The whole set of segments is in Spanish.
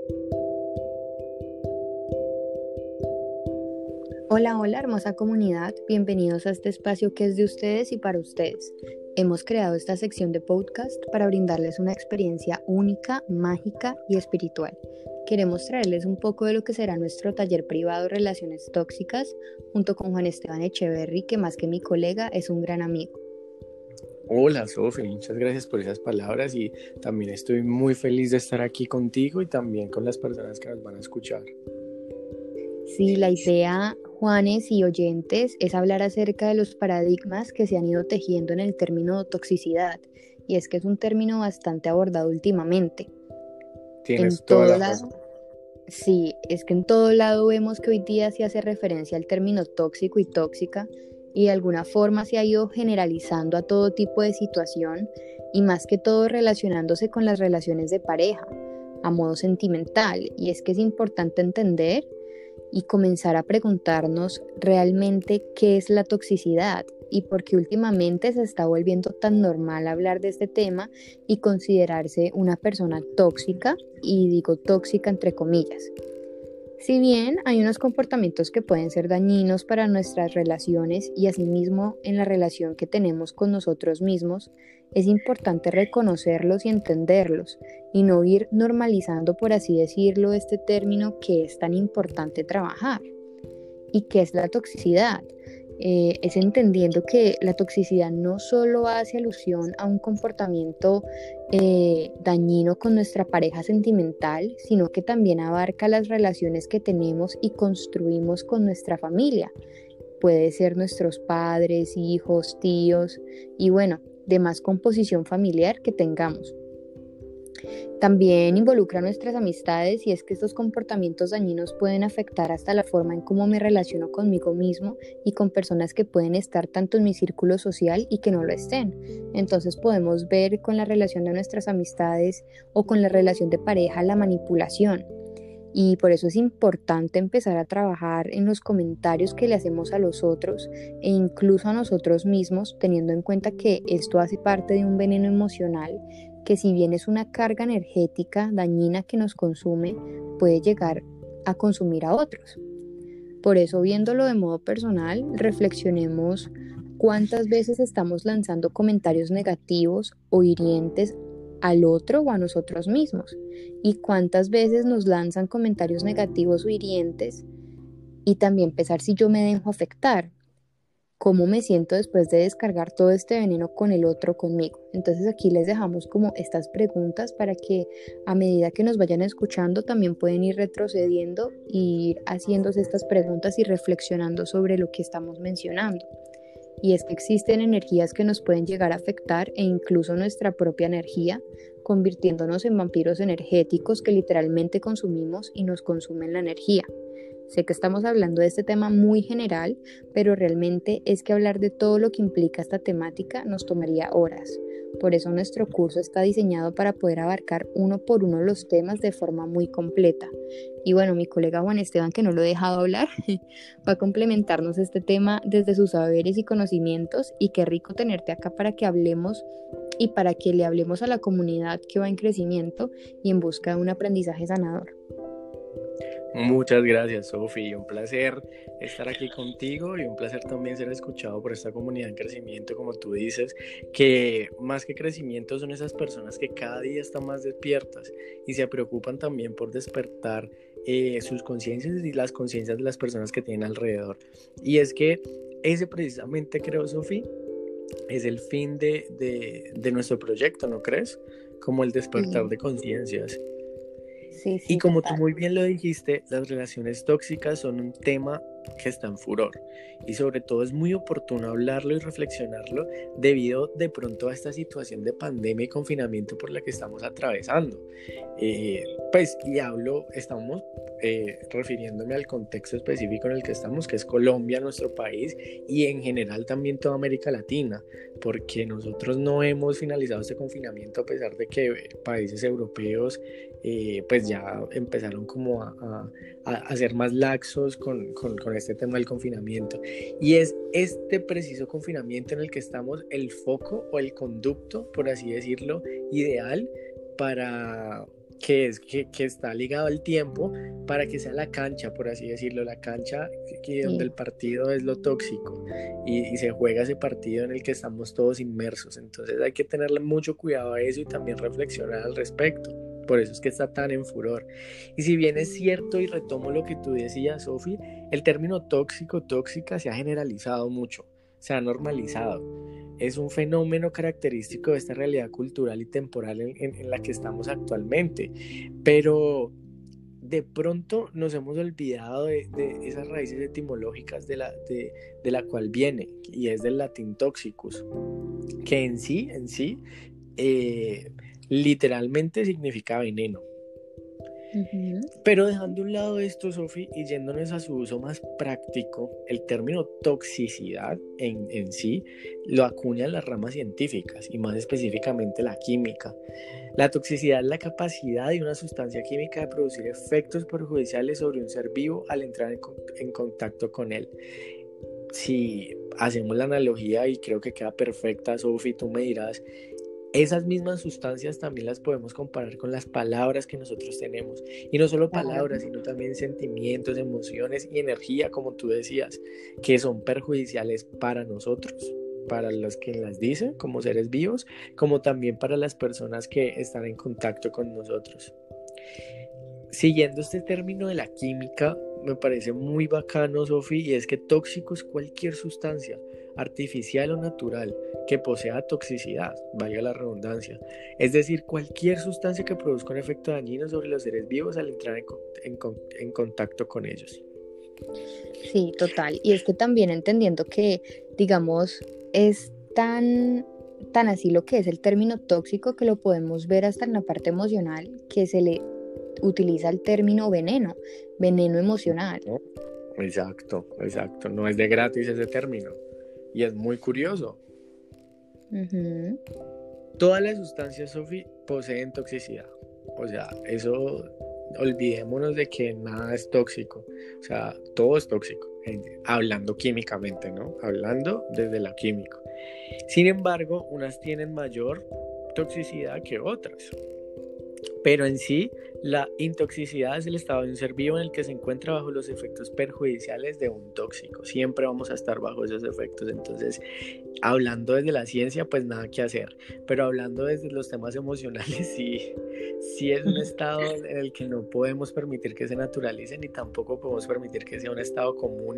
Hola, hola, hermosa comunidad. Bienvenidos a este espacio que es de ustedes y para ustedes. Hemos creado esta sección de podcast para brindarles una experiencia única, mágica y espiritual. Queremos traerles un poco de lo que será nuestro taller privado Relaciones Tóxicas, junto con Juan Esteban Echeverry, que más que mi colega es un gran amigo. Hola Sofi, muchas gracias por esas palabras y también estoy muy feliz de estar aquí contigo y también con las personas que nos van a escuchar. Sí, la idea, Juanes y oyentes, es hablar acerca de los paradigmas que se han ido tejiendo en el término toxicidad, y es que es un término bastante abordado últimamente. En Tienes toda todo la razón. lado, sí, es que en todo lado vemos que hoy día se hace referencia al término tóxico y tóxica, y de alguna forma se ha ido generalizando a todo tipo de situación, y más que todo relacionándose con las relaciones de pareja, a modo sentimental, y es que es importante entender y comenzar a preguntarnos realmente qué es la toxicidad y por qué últimamente se está volviendo tan normal hablar de este tema y considerarse una persona tóxica, y digo tóxica entre comillas. Si bien hay unos comportamientos que pueden ser dañinos para nuestras relaciones y asimismo en la relación que tenemos con nosotros mismos, es importante reconocerlos y entenderlos y no ir normalizando, por así decirlo, este término que es tan importante trabajar. ¿Y qué es la toxicidad? Es entendiendo que la toxicidad no solo hace alusión a un comportamiento dañino con nuestra pareja sentimental, sino que también abarca las relaciones que tenemos y construimos con nuestra familia. Puede ser nuestros padres, hijos, tíos y bueno, demás composición familiar que tengamos. También involucra nuestras amistades, y es que estos comportamientos dañinos pueden afectar hasta la forma en cómo me relaciono conmigo mismo y con personas que pueden estar tanto en mi círculo social y que no lo estén. Entonces podemos ver con la relación de nuestras amistades o con la relación de pareja la manipulación. Y por eso es importante empezar a trabajar en los comentarios que le hacemos a los otros e incluso a nosotros mismos, teniendo en cuenta que esto hace parte de un veneno emocional que, si bien es una carga energética dañina que nos consume, puede llegar a consumir a otros. Por eso, viéndolo de modo personal, reflexionemos cuántas veces estamos lanzando comentarios negativos o hirientes al otro o a nosotros mismos, y cuántas veces nos lanzan comentarios negativos o hirientes, y también pensar si yo me dejo afectar, cómo me siento después de descargar todo este veneno con el otro, conmigo. Entonces aquí les dejamos como estas preguntas para que a medida que nos vayan escuchando también pueden ir retrocediendo e ir haciéndose estas preguntas y reflexionando sobre lo que estamos mencionando. Y es que existen energías que nos pueden llegar a afectar e incluso nuestra propia energía, convirtiéndonos en vampiros energéticos que literalmente consumimos y nos consumen la energía. Sé que estamos hablando de este tema muy general, pero realmente es que hablar de todo lo que implica esta temática nos tomaría horas. Por eso nuestro curso está diseñado para poder abarcar uno por uno los temas de forma muy completa. Y bueno, mi colega Juan Esteban, que no lo he dejado hablar, va a complementarnos este tema desde sus saberes y conocimientos, y qué rico tenerte acá para que hablemos y para que le hablemos a la comunidad que va en crecimiento y en busca de un aprendizaje sanador. Muchas gracias Sofi, un placer estar aquí contigo y un placer también ser escuchado por esta comunidad en crecimiento, como tú dices, que más que crecimiento son esas personas que cada día están más despiertas y se preocupan también por despertar sus conciencias y las conciencias de las personas que tienen alrededor. Y es que ese precisamente, creo Sofi, es el fin de nuestro proyecto, ¿no crees? Como el despertar Sí, de conciencias. sí, Y sí, como tú total. muy bien lo dijiste, las relaciones tóxicas son un tema que está en furor y sobre todo es muy oportuno hablarlo y reflexionarlo debido de pronto a esta situación de pandemia y confinamiento por la que estamos atravesando. Pues y estamos refiriéndome al contexto específico en el que estamos, que es Colombia, nuestro país, y en general también toda América Latina, porque nosotros no hemos finalizado este confinamiento a pesar de que países europeos pues ya empezaron como a ser más laxos con este tema del confinamiento. Y es este preciso confinamiento en el que estamos el foco o el conducto, por así decirlo, ideal para que está ligado al tiempo para que sea la cancha, por así decirlo, la cancha donde el partido es lo tóxico y se juega ese partido en el que estamos todos inmersos. Entonces hay que tenerle mucho cuidado a eso y también reflexionar al respecto. Por eso es que está tan en furor. Y si bien es cierto, y retomo lo que tú decías, Sofi, el término tóxico, tóxica se ha generalizado mucho, se ha normalizado. Es un fenómeno característico de esta realidad cultural y temporal en la que estamos actualmente. Pero de pronto nos hemos olvidado de esas raíces etimológicas de la cual viene, y es del latín toxicus, que en sí, literalmente significa veneno. Pero dejando a un lado esto, Sofi, y yéndonos a su uso más práctico, el término toxicidad en sí lo acuñan las ramas científicas y más específicamente la química. La toxicidad es la capacidad de una sustancia química de producir efectos perjudiciales sobre un ser vivo al entrar en contacto con él. Si hacemos la analogía, y creo que queda perfecta, Sofi, tú me dirás, esas mismas sustancias también las podemos comparar con las palabras que nosotros tenemos. Y no solo palabras, sino también sentimientos, emociones y energía, como tú decías, que son perjudiciales para nosotros, para los que las dicen como seres vivos, como también para las personas que están en contacto con nosotros. Siguiendo este término de la química, me parece muy bacano, Sofi, y es que tóxico es cualquier sustancia, artificial o natural, que posea toxicidad, valga la redundancia. Es decir, cualquier sustancia que produzca un efecto dañino sobre los seres vivos al entrar en contacto con ellos. Sí, total. Y es que también entendiendo que, digamos, es tan así lo que es el término tóxico, que lo podemos ver hasta en la parte emocional, que se le utiliza el término veneno emocional. Exacto, no es de gratis ese término y es muy curioso. Todas las sustancias, Sofi, poseen toxicidad, o sea, eso, olvidémonos de que nada es tóxico, o sea, todo es tóxico, hablando químicamente, ¿no? Hablando desde lo químico. Sin embargo, unas tienen mayor toxicidad que otras. Pero en sí, la intoxicidad es el estado de un ser vivo en el que se encuentra bajo los efectos perjudiciales de un tóxico. Siempre vamos a estar bajo esos efectos. Entonces, hablando desde la ciencia, pues nada que hacer. Pero hablando desde los temas emocionales, sí es un estado en el que no podemos permitir que se naturalice, ni tampoco podemos permitir que sea un estado común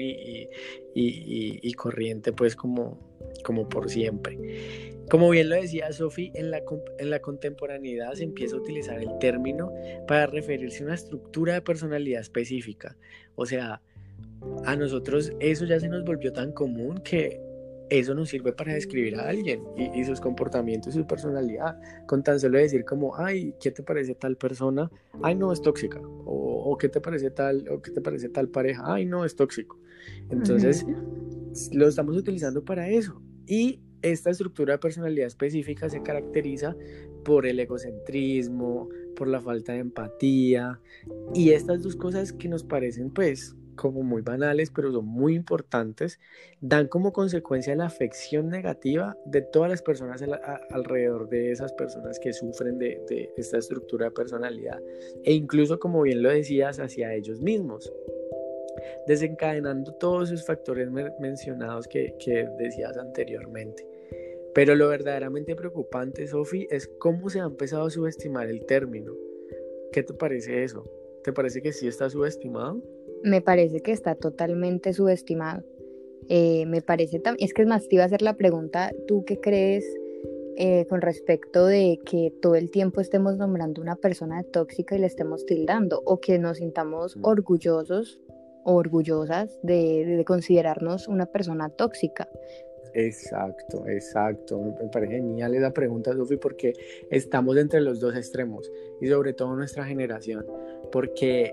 y corriente, pues como por siempre. Como bien lo decía Sofi, en la contemporaneidad se empieza a utilizar el término para referirse a una estructura de personalidad específica. O sea, a nosotros eso ya se nos volvió tan común que eso nos sirve para describir a alguien y sus comportamientos y su personalidad. Con tan solo decir como, ay, ¿qué te parece tal persona? Ay, no, es tóxica. O ¿qué te parece tal pareja? Ay, no, es tóxico. Entonces, lo estamos utilizando para eso. Y esta estructura de personalidad específica se caracteriza por el egocentrismo, por la falta de empatía, y estas dos cosas que nos parecen pues como muy banales, pero son muy importantes, dan como consecuencia la afección negativa de todas las personas alrededor de esas personas que sufren de esta estructura de personalidad, e incluso, como bien lo decías, hacia ellos mismos, desencadenando todos esos factores mencionados que decías anteriormente. Pero lo verdaderamente preocupante, Sofi, es cómo se ha empezado a subestimar el término. ¿Qué te parece eso? ¿Te parece que sí está subestimado? Me parece que está totalmente subestimado. Me parece es que es más, te iba a hacer la pregunta, ¿tú qué crees con respecto de que todo el tiempo estemos nombrando una persona tóxica y le estemos tildando, o que nos sintamos orgullosos o orgullosas de considerarnos una persona tóxica? Exacto. Me parece genial esa pregunta, Sofi, porque estamos entre los dos extremos y sobre todo nuestra generación, porque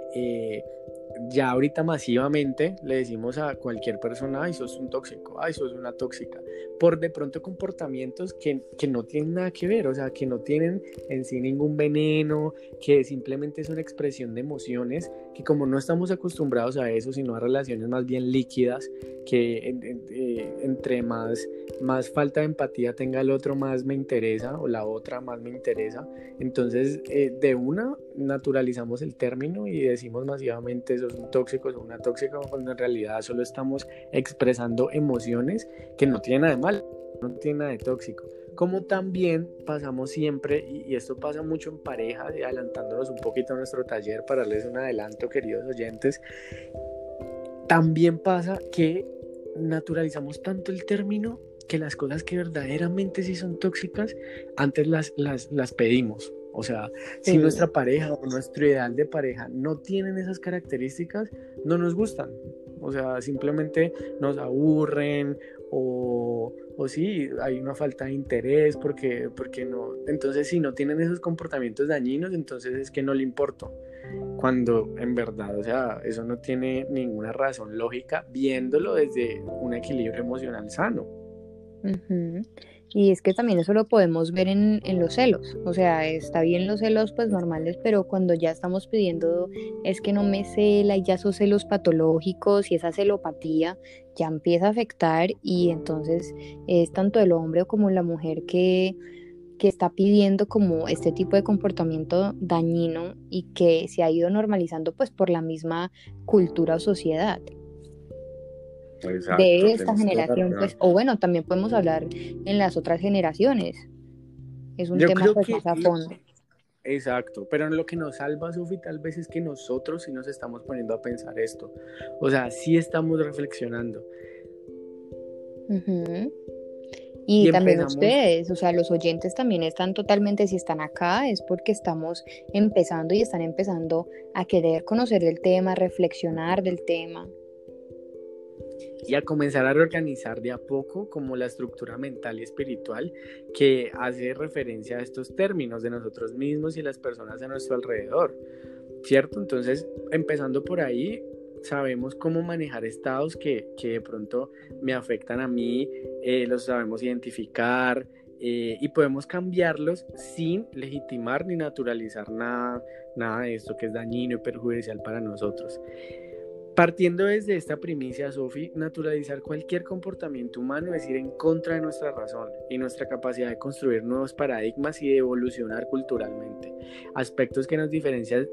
ya ahorita masivamente le decimos a cualquier persona, ay, sos un tóxico, ay, sos una tóxica, por de pronto comportamientos que no tienen nada que ver, o sea, que no tienen en sí ningún veneno, que simplemente es una expresión de emociones, que como no estamos acostumbrados a eso, sino a relaciones más bien líquidas, que entre más falta de empatía tenga el otro, más me interesa, o la otra más me interesa. Entonces, de una naturalizamos el término y decimos masivamente eso es un tóxico, es una tóxica, cuando en realidad solo estamos expresando emociones que no tienen nada de malo, no tienen nada de tóxico. Como también pasamos siempre, y esto pasa mucho en pareja, y adelantándonos un poquito a nuestro taller para darles un adelanto, queridos oyentes, también pasa que naturalizamos tanto el término que las cosas que verdaderamente sí son tóxicas, antes las pedimos. O sea, si nuestra pareja o nuestro ideal de pareja no tienen esas características, no nos gustan. O sea, simplemente nos aburren o sí, hay una falta de interés porque no. Entonces, si no tienen esos comportamientos dañinos, entonces es que no le importo. Cuando en verdad, o sea, eso no tiene ninguna razón lógica viéndolo desde un equilibrio emocional sano. Ujú. Y es que también eso lo podemos ver en los celos, o sea, está bien los celos pues normales, pero cuando ya estamos pidiendo es que no me cela y ya esos celos patológicos y esa celopatía ya empieza a afectar y entonces es tanto el hombre como la mujer que está pidiendo como este tipo de comportamiento dañino y que se ha ido normalizando pues por la misma cultura o sociedad Exacto, de esta tenés toda la generación, pues, razón. o bueno, también podemos hablar en las otras generaciones. Es un Yo tema creo pues más que, a fondo. exacto, pero lo que nos salva, Sofi, tal vez es que nosotros sí nos estamos poniendo a pensar esto. O sea, sí estamos reflexionando Ujú. y Y también empezamos. ustedes, o sea, los oyentes también están totalmente, si están acá, es porque estamos empezando y están empezando a querer conocer del tema, reflexionar del tema. Y a comenzar a reorganizar de a poco como la estructura mental y espiritual que hace referencia a estos términos de nosotros mismos y las personas a nuestro alrededor, ¿cierto? Entonces, empezando por ahí, sabemos cómo manejar estados que de pronto me afectan a mí, los sabemos identificar, y podemos cambiarlos sin legitimar ni naturalizar nada de esto que es dañino y perjudicial para nosotros. Partiendo desde esta primicia, Sofi, naturalizar cualquier comportamiento humano es ir en contra de nuestra razón y nuestra capacidad de construir nuevos paradigmas y de evolucionar culturalmente. Aspectos que nos diferencian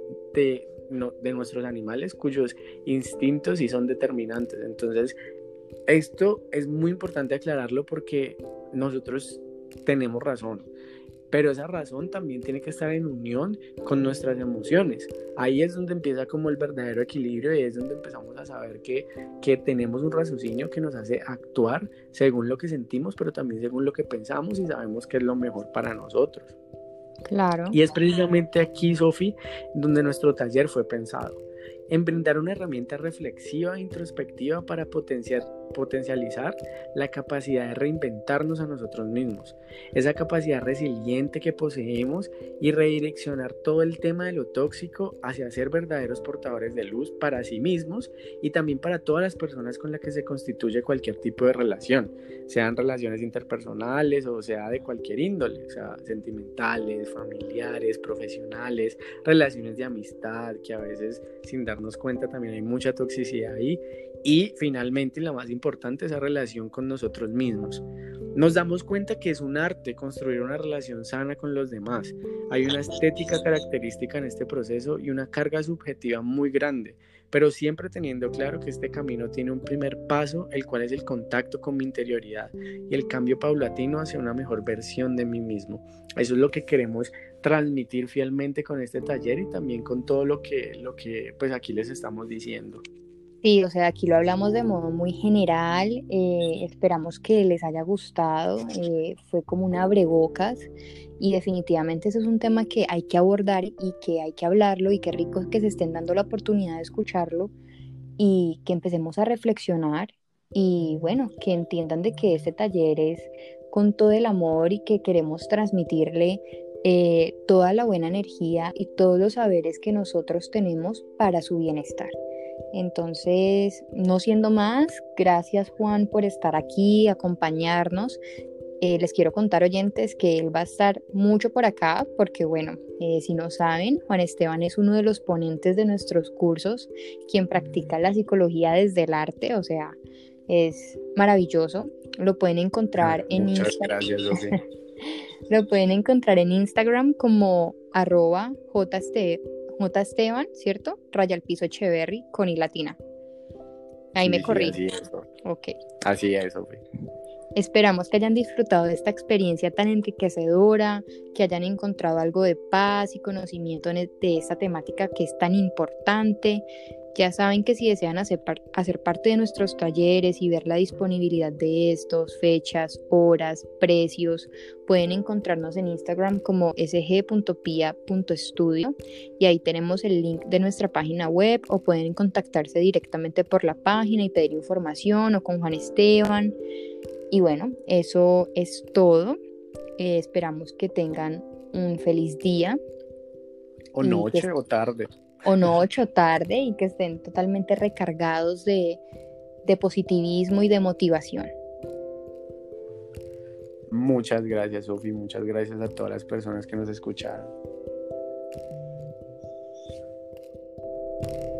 de nuestros animales cuyos instintos sí son determinantes. Entonces, esto es muy importante aclararlo porque nosotros tenemos razón, pero esa razón también tiene que estar en unión con nuestras emociones. Ahí es donde empieza como el verdadero equilibrio y es donde empezamos a saber que tenemos un raciocinio que nos hace actuar según lo que sentimos, pero también según lo que pensamos y sabemos que es lo mejor para nosotros. Claro. Y es precisamente aquí, Sofi, donde nuestro taller fue pensado, en brindar una herramienta reflexiva e introspectiva para potencializar la capacidad de reinventarnos a nosotros mismos, esa capacidad resiliente que poseemos y redireccionar todo el tema de lo tóxico hacia ser verdaderos portadores de luz para sí mismos y también para todas las personas con las que se constituye cualquier tipo de relación, sean relaciones interpersonales o sea de cualquier índole, o sea, sentimentales, familiares, profesionales, relaciones de amistad, que a veces sin darnos cuenta también hay mucha toxicidad ahí. Y finalmente, la más importante, esa relación con nosotros mismos. Nos damos cuenta que es un arte construir una relación sana con los demás. Hay una estética característica en este proceso y una carga subjetiva muy grande, pero siempre teniendo claro que este camino tiene un primer paso, el cual es el contacto con mi interioridad y el cambio paulatino hacia una mejor versión de mí mismo. Eso es lo que queremos transmitir fielmente con este taller y también con todo lo que pues aquí les estamos diciendo. Sí, o sea, aquí lo hablamos de modo muy general, esperamos que les haya gustado, fue como un abrebocas y definitivamente ese es un tema que hay que abordar y que hay que hablarlo y qué rico que se estén dando la oportunidad de escucharlo y que empecemos a reflexionar y bueno, que entiendan de que este taller es con todo el amor y que queremos transmitirle toda la buena energía y todos los saberes que nosotros tenemos para su bienestar. Entonces, no siendo más, gracias Juan por estar aquí, acompañarnos. Les quiero contar, oyentes, que él va a estar mucho por acá porque, bueno, si no saben, Juan Esteban es uno de los ponentes de nuestros cursos, quien practica la psicología desde el arte, o sea, es maravilloso. Lo pueden encontrar en Muchas Instagram. gracias, Sofi. Lo pueden encontrar en Instagram como @jesteban, ¿cierto? Raya al piso Echeverry con i latina. Ahí Sí, me sí, corrí. así es, Sofi. Ok. Así es, Sofi. Esperamos que hayan disfrutado de esta experiencia tan enriquecedora, que hayan encontrado algo de paz y conocimiento de esta temática que es tan importante. Ya saben que si desean hacer parte de nuestros talleres y ver la disponibilidad de estos, fechas, horas, precios, pueden encontrarnos en Instagram como sg.pia.studio y ahí tenemos el link de nuestra página web, o pueden contactarse directamente por la página y pedir información, o con Juan Esteban. Y bueno, eso es todo. Esperamos que tengan un feliz día. O noche o tarde. O noche o tarde, y que estén totalmente recargados de positivismo y de motivación. Muchas gracias, Sofi. Muchas gracias a todas las personas que nos escucharon.